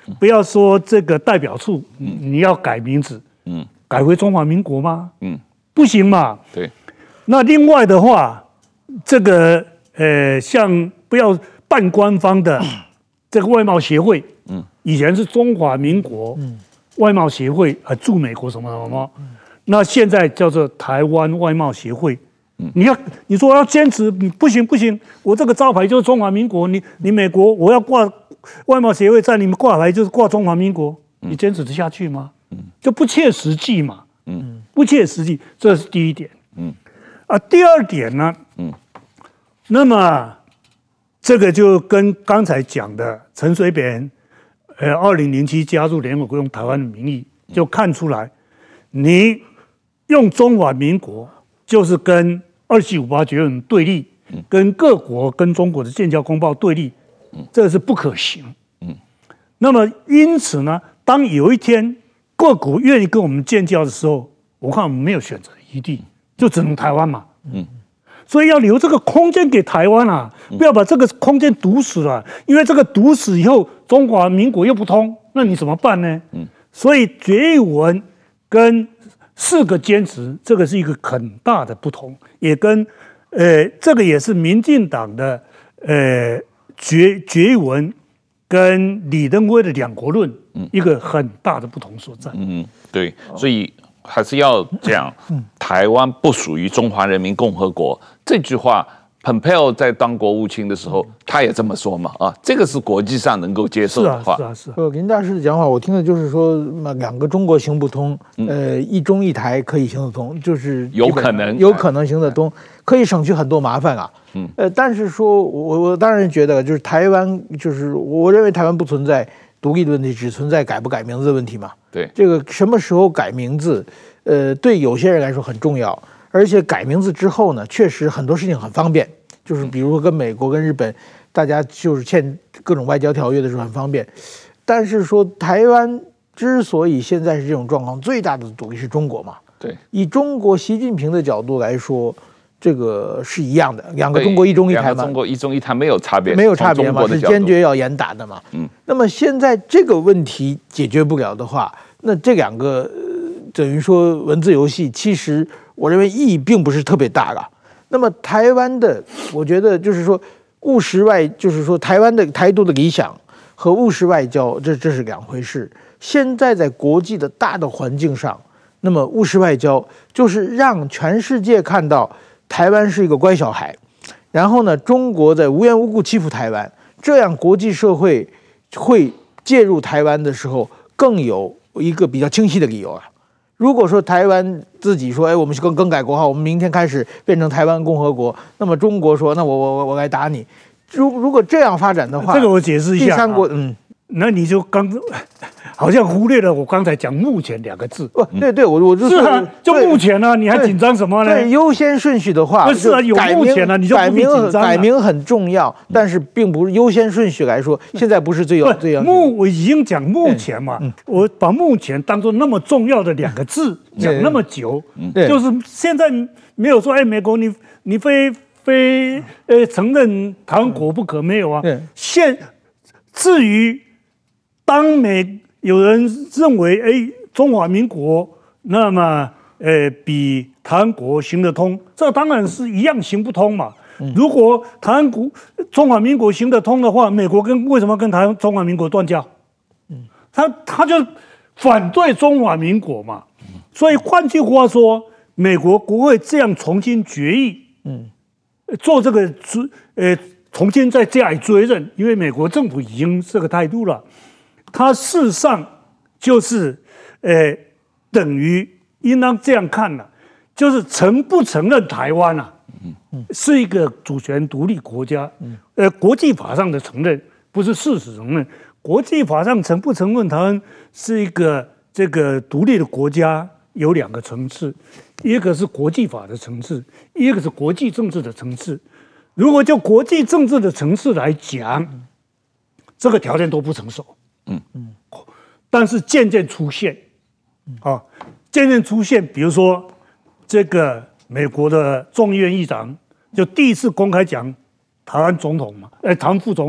不要说这个代表处，嗯、你要改名字，嗯，改回中华民国吗？嗯，不行嘛。 对。 那另外的话，这个呃，像不要半官方的这个外贸协会，嗯，以前是中华民国外贸协会啊，驻美国什么什么，嗯、那现在叫做台湾外贸协会。你要你说要坚持，不行不行，我这个招牌就是中华民国，你你美国我要挂外贸协会在你们挂牌就是挂中华民国，你坚持得下去吗？就不切实际嘛，不切实际，这是第一点。啊，第二点呢，那么这个就跟刚才讲的陈水扁，呃，二零零七加入联合国用台湾的名义，就看出来，你用中华民国。就是跟二七五八决议对立，跟各国跟中国的建交公报对立，这是不可行。那么因此呢，当有一天各国愿意跟我们建交的时候，我看我们没有选择余地，就只能台湾嘛。所以要留这个空间给台湾啊，不要把这个空间堵死了，因为这个堵死以后，中华民国又不通，那你怎么办呢？所以决议文跟四个坚持，这个是一个很大的不同，也跟，呃，这个也是民进党的呃决决议文跟李登辉的两国论、嗯、一个很大的不同所在。 嗯，对，所以还是要讲，台湾不属于中华人民共和国这句话。Pompeo 在当国务卿的时候，他也这么说嘛，啊，这个是国际上能够接受的话。 是啊，是啊，是啊。 呃，林大师的讲法，我听的就是说，两个中国行不通，呃，一中一台可以行得通，就是有可能有可能行得通，可以省去很多麻烦啊。嗯，呃，但是说我我当然觉得，就是台湾，就是我认为台湾不存在独立的问题，只存在改不改名字的问题嘛。 对， 这个什么时候改名字，呃，对有些人来说很重要。而且改名字之后呢，确实很多事情很方便，就是比如说跟美国、跟日本，大家就是签各种外交条约的时候很方便。但是说台湾之所以现在是这种状况，最大的阻力是中国嘛。 对， 以中国习近平的角度来说，这个是一样的，两个中国一中一台嘛。 两个中国一中一台没有差别， 没有差别嘛，是坚决要严打的嘛。嗯。那么现在这个问题解决不了的话，那这两个、呃、等于说文字游戏，其实我认为意义并不是特别大了。那么台湾的，我觉得就是说务实外，就是说台湾的台独的理想和务实外交，这这是两回事。现在在国际的大的环境上，那么务实外交就是让全世界看到台湾是一个乖小孩，然后呢，中国在无缘无故欺负台湾，这样国际社会会介入台湾的时候，更有一个比较清晰的理由啊。如果说台湾自己说，哎，我们是更更改国号，我们明天开始变成台湾共和国，那么中国说，那我我我我来打你。如如果这样发展的话， 这个我解释一下。 第三国，嗯， 那你就刚好像忽略了我刚才讲“目前”两个字。 不，对对，我我就是啊，就目前呢、啊，你还紧张什么呢？ 对，优先顺序的话， 不是啊，有目前呢、啊，你就不必紧张、啊。 改名很重要，但是并不是优先顺序来说，现在不是最要最要。 目我已经讲目前嘛，嗯、我把目前当做那么重要的两个字讲那么久，就是现在没有说，哎，美国你你非非呃承认台湾国不可没有啊。现至于当美。有人认为，哎，中华民国那么，呃，比台湾国行得通，这当然是一样行不通嘛。嗯、如果台湾国中华民国行得通的话，美国跟为什么跟台湾中华民国断交？嗯，他他就反对中华民国嘛。嗯、所以换句话说，美国国会这样重新决议，嗯，做这个追，呃，重新再加以追认，因为美国政府已经这个态度了。它事实上就是，呃，等于应当这样看了、啊，就是承不承认台湾啊，是一个主权独立国家，呃，国际法上的承认不是事实承认，国际法上承不承认台湾是一个这个独立的国家，有两个层次，一个是国际法的层次，一个是国际政治的层次。如果就国际政治的层次来讲，这个条件都不成熟。嗯嗯，但是渐渐出现，啊，渐渐出现，比如说这个美国的众议院议长就第一次公开讲台湾总统嘛，哎，台湾副总统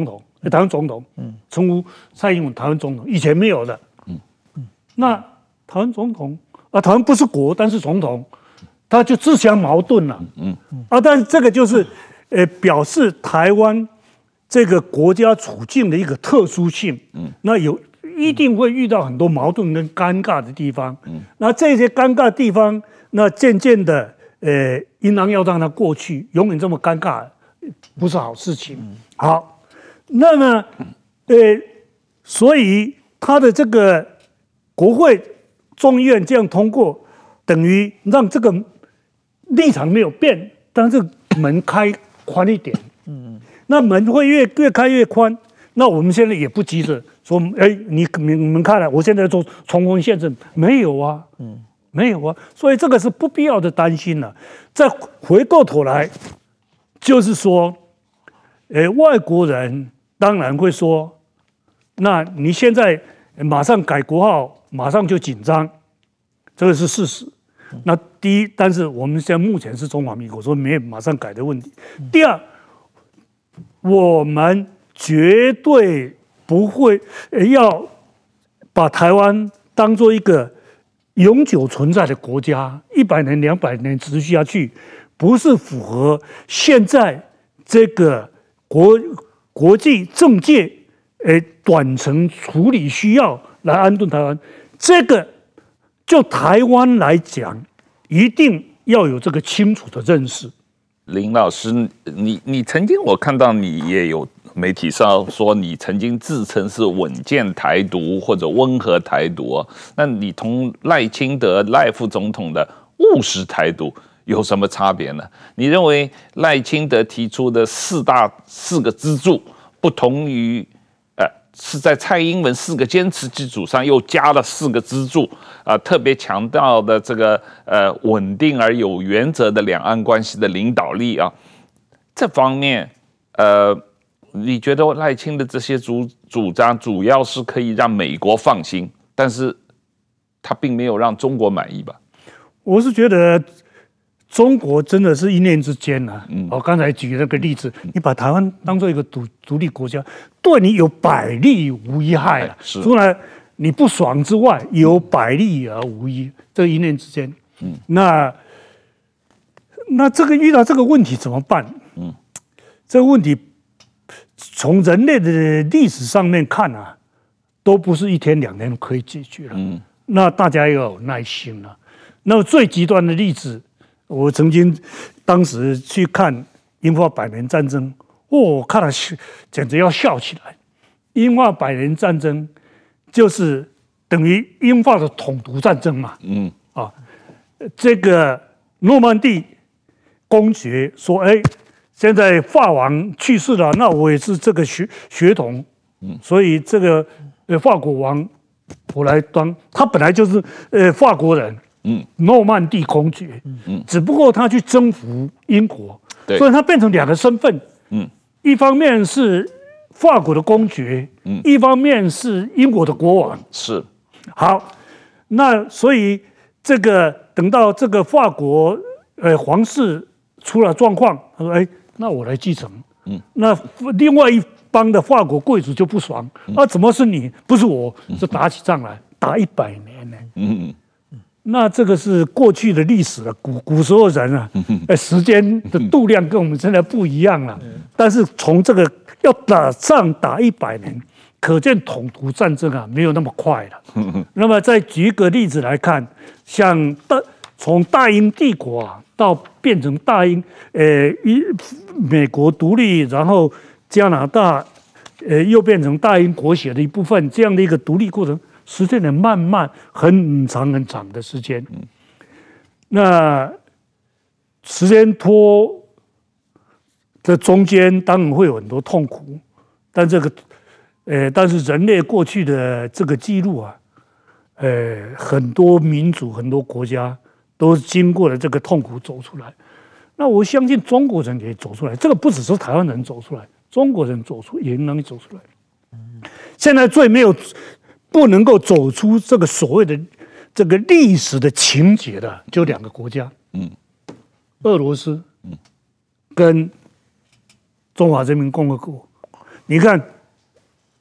台湾总统，嗯，称呼蔡英文台湾总统，以前没有的，嗯嗯，那台湾总统啊，台湾不是国，但是总统，他就自相矛盾了，嗯嗯，啊，但是这个就是，呃，表示台湾这个国家处境的一个特殊性，嗯，那有一定会遇到很多矛盾跟尴尬的地方，嗯，那这些尴尬的地方，那渐渐的，呃，应当要让它过去，永远这么尴尬，不是好事情。嗯、好，那么，呃，所以他的这个国会众议院这样通过，等于让这个立场没有变，但是门开宽一点，嗯，那门会越越开越宽。那我们现在也不急着说，哎，你你们看了，我现在做重婚宪政没有啊，嗯，没有啊，所以这个是不必要的担心了、啊。再回过头来，就是说，呃，外国人当然会说，那你现在马上改国号，马上就紧张，这个是事实。那第一，但是我们现在目前是中华民国，说没有马上改的问题。第二，我们绝对不会要把台湾当做一个永久存在的国家，一百年、两百年持续下去，不是符合现在这个国国际政界诶短程处理需要来安顿台湾。这个就台湾来讲，一定要有这个清楚的认识。 林老师，你你曾经我看到你也有媒体上说你曾经自称是稳健台独或者温和台独、啊，那你同赖清德赖副总统的务实台独有什么差别呢？你认为赖清德提出的四大四个支柱不同于呃是在蔡英文四个坚持基础上又加了四个支柱啊、呃，特别强调的这个呃稳定而有原则的两岸关系的领导力啊，这方面呃。你觉得赖清的这些主主张主要是可以让美国放心，但是他并没有让中国满意吧？ 我是觉得中国真的是一念之间啊。嗯，我刚才举那个例子，你把台湾当做一个独独立国家，对你有百利无一害了。是，除了你不爽之外，有百利而无一，这一念之间。嗯，那那这个遇到这个问题怎么办？嗯，这个问题。从人类的历史上面看啊，都不是一天两天可以解决了。嗯，那大家要有耐心了、啊。那最极端的例子，我曾经当时去看英法百年战争，哦，我看了简直要笑起来。英法百年战争就是等于英法的统独战争嘛。嗯，啊，这个诺曼底公爵说，哎。现在法王去世了，那我也是这个血血统，嗯，所以这个呃法国王我来当，他本来就是呃法国人，嗯，诺曼底公爵，嗯，只不过他去征服英国，对，所以他变成两个身份，嗯，一方面是法国的公爵，嗯，一方面是英国的国王， 是， 好，那所以这个等到这个法国呃皇室出了状况，他说，哎。那我来继承，嗯，那另外一帮的法国贵族就不爽，嗯、啊，怎么是你，不是我？就打起仗来，打一百年呢。嗯嗯，那这个是过去的历史了，古古时候人啊，哎，时间的度量跟我们现在不一样了。但是从这个要打仗打一百年，可见统独战争啊没有那么快了。那么再举一个例子来看，像大从大英帝国啊。到变成大英，呃，一美国独立，然后加拿大，呃，又变成大英国协的一部分，这样的一个独立过程，时间很漫漫、很长很长的时间。嗯、那时间拖这中间当然会有很多痛苦，但这个，呃，但是人类过去的这个记录啊，呃，很多民族、很多国家。都经过了这个痛苦走出来，那我相信中国人也走出来。这个不只是台湾人走出来，中国人走出也能走出来。现在最没有不能够走出这个所谓的这个历史的情节的，就两个国家，嗯，俄罗斯，嗯，跟中华人民共和国。你看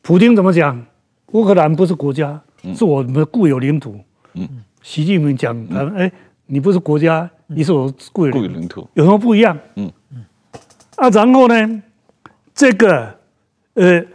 普丁怎么讲？乌克兰不是国家，嗯、是我们的固有领土。嗯，习近平讲，哎、嗯，你不是国家，你是我固有领土，固有领土有什么不一样？嗯嗯。啊，然后呢，这个呃，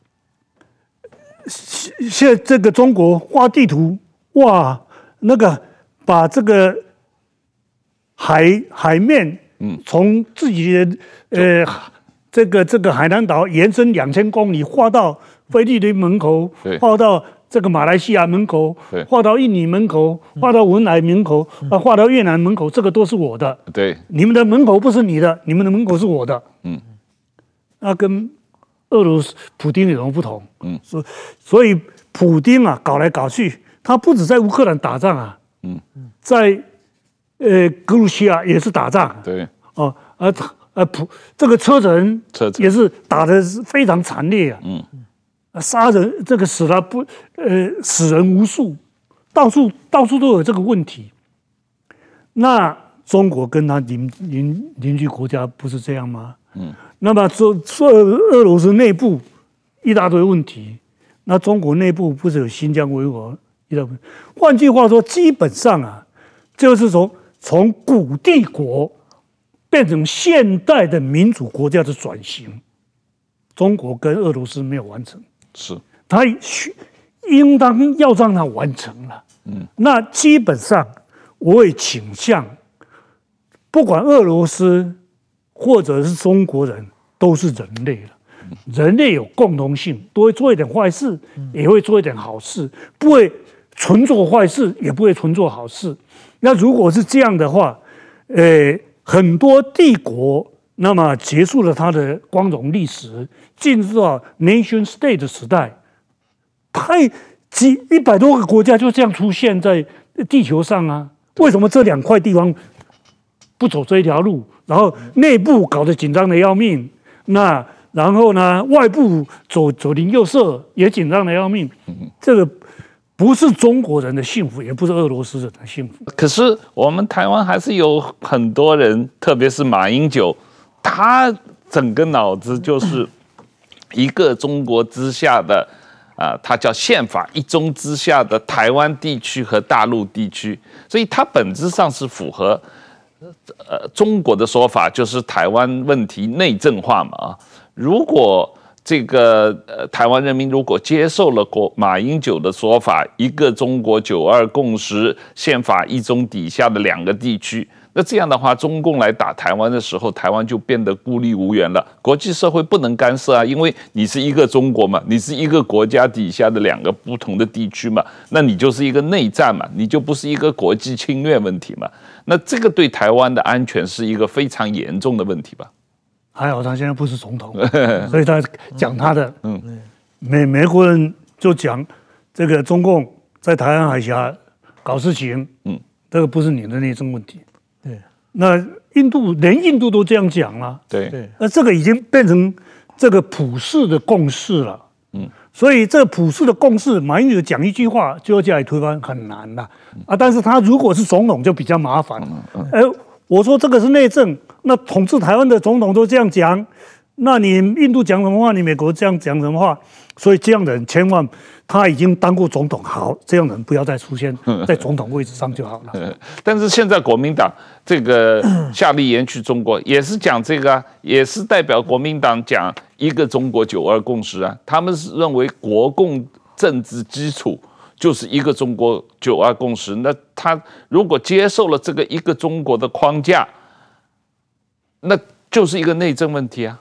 现在这个中国画地图，哇，那个把这个海海面，嗯，从自己的呃这个这个海南岛延伸两千公里画到菲律宾门口，画到这个马来西亚门口，画到印尼门口，画到文莱门口，啊，画到越南门口，这个都是我的。对，你们的门口不是你的，你们的门口是我的。嗯，那跟俄罗斯普丁有什么不同？嗯，所所以普丁啊，搞来搞去，他不止在乌克兰打仗啊，嗯，在呃格鲁吉亚也是打仗。对，哦，而呃普这个车臣也是打的是非常惨烈啊。嗯。杀人，这个死了不，呃，死人无数，到处到处都有这个问题。那中国跟他邻邻邻居国家不是这样吗？嗯。那么说说俄罗斯内部一大堆问题，那中国内部不是有新疆维吾尔一大堆？换句话说，基本上啊，就是从从古帝国变成现代的民主国家的转型，中国跟俄罗斯没有完成。是，他应当要让他完成了。嗯，那基本上我也倾向，不管俄罗斯或者是中国人，都是人类了。人类有共同性，都会做一点坏事，也会做一点好事，不会纯做坏事，也不会纯做好事。那如果是这样的话，呃，很多帝国。那么结束了它的光荣历史，进入到 nation state 的时代，太几一百多个国家就这样出现在地球上啊！为什么这两块地方不走这一条路？然后内部搞得紧张的要命，那然后呢，外部左左邻右舍也紧张的要命，这个不是中国人的幸福，也不是俄罗斯人的幸福。 可是我们台湾还是有很多人，特别是马英九。他整个脑子就是一个中国之下的，啊、呃，他叫宪法一中之下的台湾地区和大陆地区，所以它本质上是符合，呃，中国的说法，就是台湾问题内政化嘛啊。如果这个呃台湾人民如果接受了国马英九的说法，一个中国九二共识，宪法一中底下的两个地区。那这样的话，中共来打台湾的时候，台湾就变得孤立无援了。国际社会不能干涉啊，因为你是一个中国嘛，你是一个国家底下的两个不同的地区嘛，那你就是一个内战嘛，你就不是一个国际侵略问题嘛。那这个对台湾的安全是一个非常严重的问题吧？ 还好他现在不是总统，所以他讲他的。嗯，美美国人就讲这个中共在台湾海峡搞事情，嗯，这个不是你的内政问题。对，那印度连印度都这样讲了，对对，那这个已经变成这个普世的共识了，嗯，所以这个普世的共识，马英九讲一句话就要加以推翻，很难的啊。但是他如果是总统就比较麻烦，哎，我说这个是内政，那统治台湾的总统都这样讲，那你印度讲什么话，你美国这样讲什么话？所以这样的人千万，他已经当过总统，好，这样的人不要再出现在总统位置上就好了。 但是现在国民党这个夏立言去中国也是讲这个啊，也是代表国民党讲一个中国九二共识啊，他们是认为国共政治基础就是一个中国九二共识，那他如果接受了这个一个中国的框架，那就是一个内政问题啊。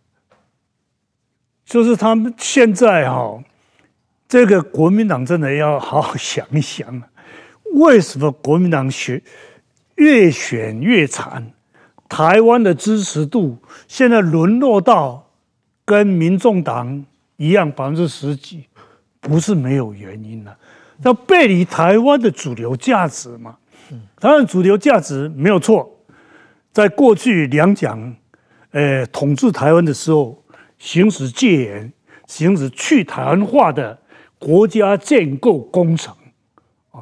就是他们现在哈、哦，这个国民党真的要好好想一想，为什么国民党选越选越惨？台湾的支持度现在沦落到跟民众党一样百分之十几，不是没有原因的。要背离台湾的主流价值嘛？台湾的主流价值没有错，在过去两蒋呃统治台湾的时候。行使戒严，行使去台湾化的国家建构工程啊！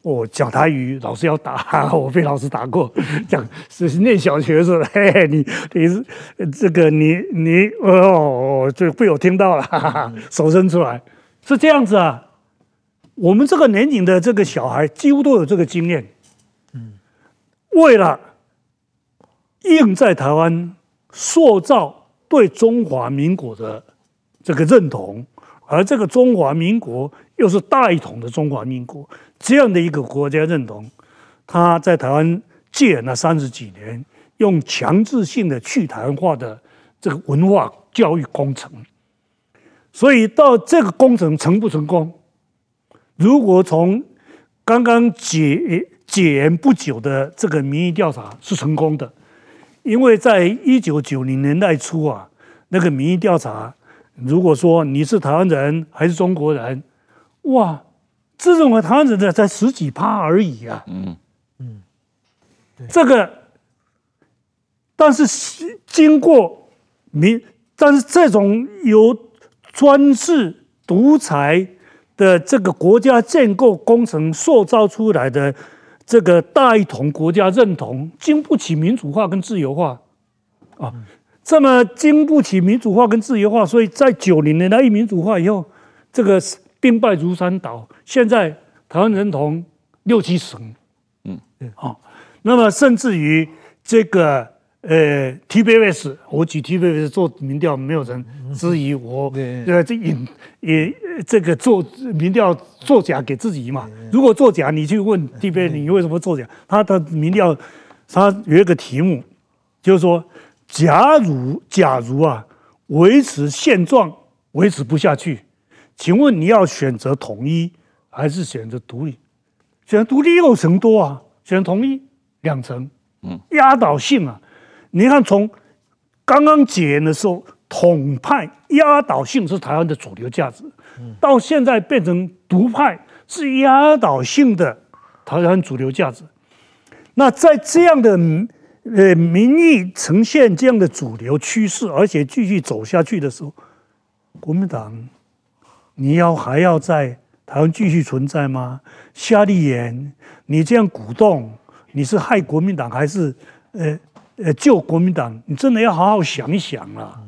我讲台语，老师要打，我被老师打过。讲是念小学的时候，嘿嘿，你你是这个你你哦，这被我听到了，哈哈，手伸出来，是这样子啊。我们这个年龄的这个小孩，几乎都有这个经验。嗯，为了应在台湾塑造对中华民国的这个认同，而这个中华民国又是大一统的中华民国这样的一个国家认同，他在台湾戒严了三十几年，用强制性的去台湾化的这个文化教育工程，所以到这个工程成不成功？如果从刚刚解解严不久的这个民意调查是成功的，因为在一九九零年代初啊，那个民意调查，如果说你是台湾人还是中国人，哇，自认为台湾人的才十几趴而已啊。嗯嗯，这个，但是经过民，但是这种由专制独裁的这个国家建构工程塑造出来的这个大一统国家认同，经不起民主化跟自由化啊。这么经不起民主化跟自由化，所以在九零年代一民主化以后，这个兵败如山倒。现在台湾认同六七成，嗯嗯，好，那么甚至于这个呃 T B S， 我举 T B S 做民调，没有人质疑我，呃，这引也这个做民调作假给自己嘛。如果作假，你去问 T B S， 你为什么作假？他的民调，他有一个题目，就是说。假如假如啊，维持现状维持不下去，请问你要选择统一还是选择独立？选择独立六成多啊，选择统一两成，嗯，压倒性啊！你看从刚刚解严的时候，统派压倒性是台湾的主流价值，嗯、到现在变成独派是压倒性的台湾主流价值。那在这样的呃，民意呈现这样的主流趋势，而且继续走下去的时候，国民党，你要还要在台湾继续存在吗？夏立言，你这样鼓动，你是害国民党还是呃呃救国民党？你真的要好好想一想了。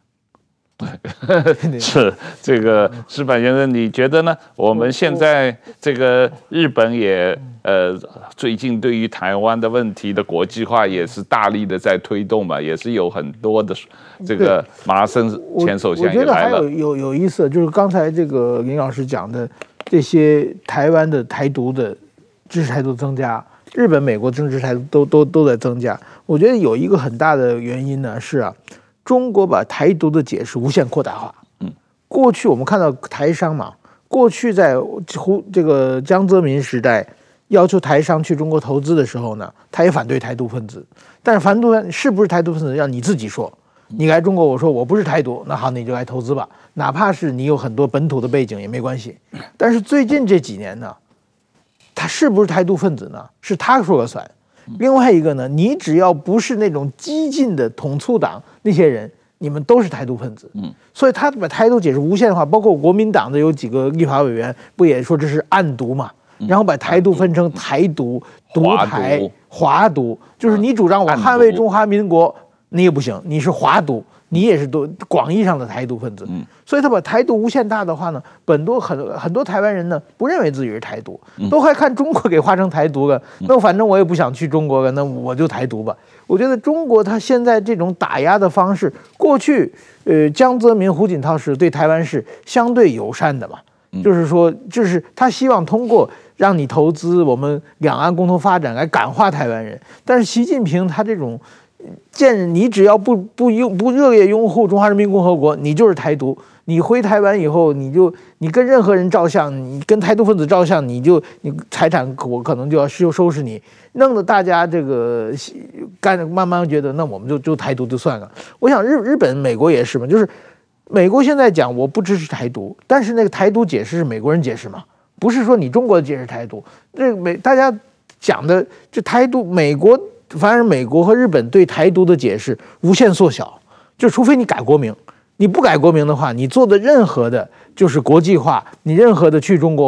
对，是这个矢板先生，你觉得呢？我们现在这个日本也呃，最近对于台湾的问题的国际化也是大力的在推动嘛，也是有很多的这个马拉松前首相也来了。 我觉得还有有有意思，就是刚才这个林老师讲的这些台湾的台独的支持台独增加，日本、美国支持台独都都都在增加。我觉得有一个很大的原因呢是啊。中国把台独的解释无限扩大化。嗯，过去我们看到台商嘛，过去在胡这个江泽民时代要求台商去中国投资的时候呢，他也反对台独分子。但是反对是不是台独分子，要你自己说。你来中国，我说我不是台独，那好，你就来投资吧，哪怕是你有很多本土的背景也没关系。但是最近这几年呢，他是不是台独分子呢？是他说了算。另外一个呢，你只要不是那种激进的统促党那些人，你们都是台独分子。嗯，所以他把台独解释无限化，包括国民党的有几个立法委员不也说这是暗独嘛？然后把台独分成台独、独台、华独，就是你主张我捍卫中华民国，你也不行，你是华独，你也是独广义上的台独分子。嗯，所以他把台独无限大的话呢，本多很很多台湾人呢不认为自己是台独，都还看中国给划成台独了。那反正我也不想去中国了，那我就台独吧。我觉得中国他现在这种打压的方式，过去呃江泽民、胡锦涛是对台湾是相对友善的嘛，就是说，就是他希望通过让你投资我们两岸共同发展来感化台湾人。但是习近平他这种见你只要不不拥不热烈拥护中华人民共和国，你就是台独。你回台湾以后，你就你跟任何人照相，你跟台独分子照相，你就你财产我可能就要收收拾你，弄得大家这个干慢慢觉得那我们就就台独就算了。我想日日本、美国也是嘛，就是美国现在讲我不支持台独，但是那个台独解释是美国人解释嘛，不是说你中国解释台独。这个美大家讲的这台独，美国反而美国和日本对台独的解释无限缩小，就除非你改国名。你不改国名的话，你做的任何的就是国际化，你任何的去中国化，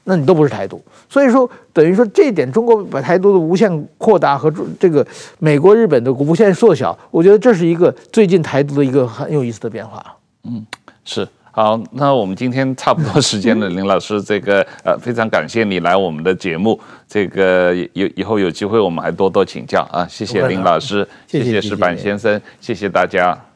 那你都不是台独。所以说，等于说这一点，中国把台独的无限扩大和这个美国、日本的无限缩小，我觉得这是一个最近台独的一个很有意思的变化。 嗯，是。好，那我们今天差不多时间了，林老师，这个呃非常感谢你来我们的节目，这个有以后有机会我们还多多请教啊，谢谢林老师， 谢谢谢谢石板先生，谢谢大家。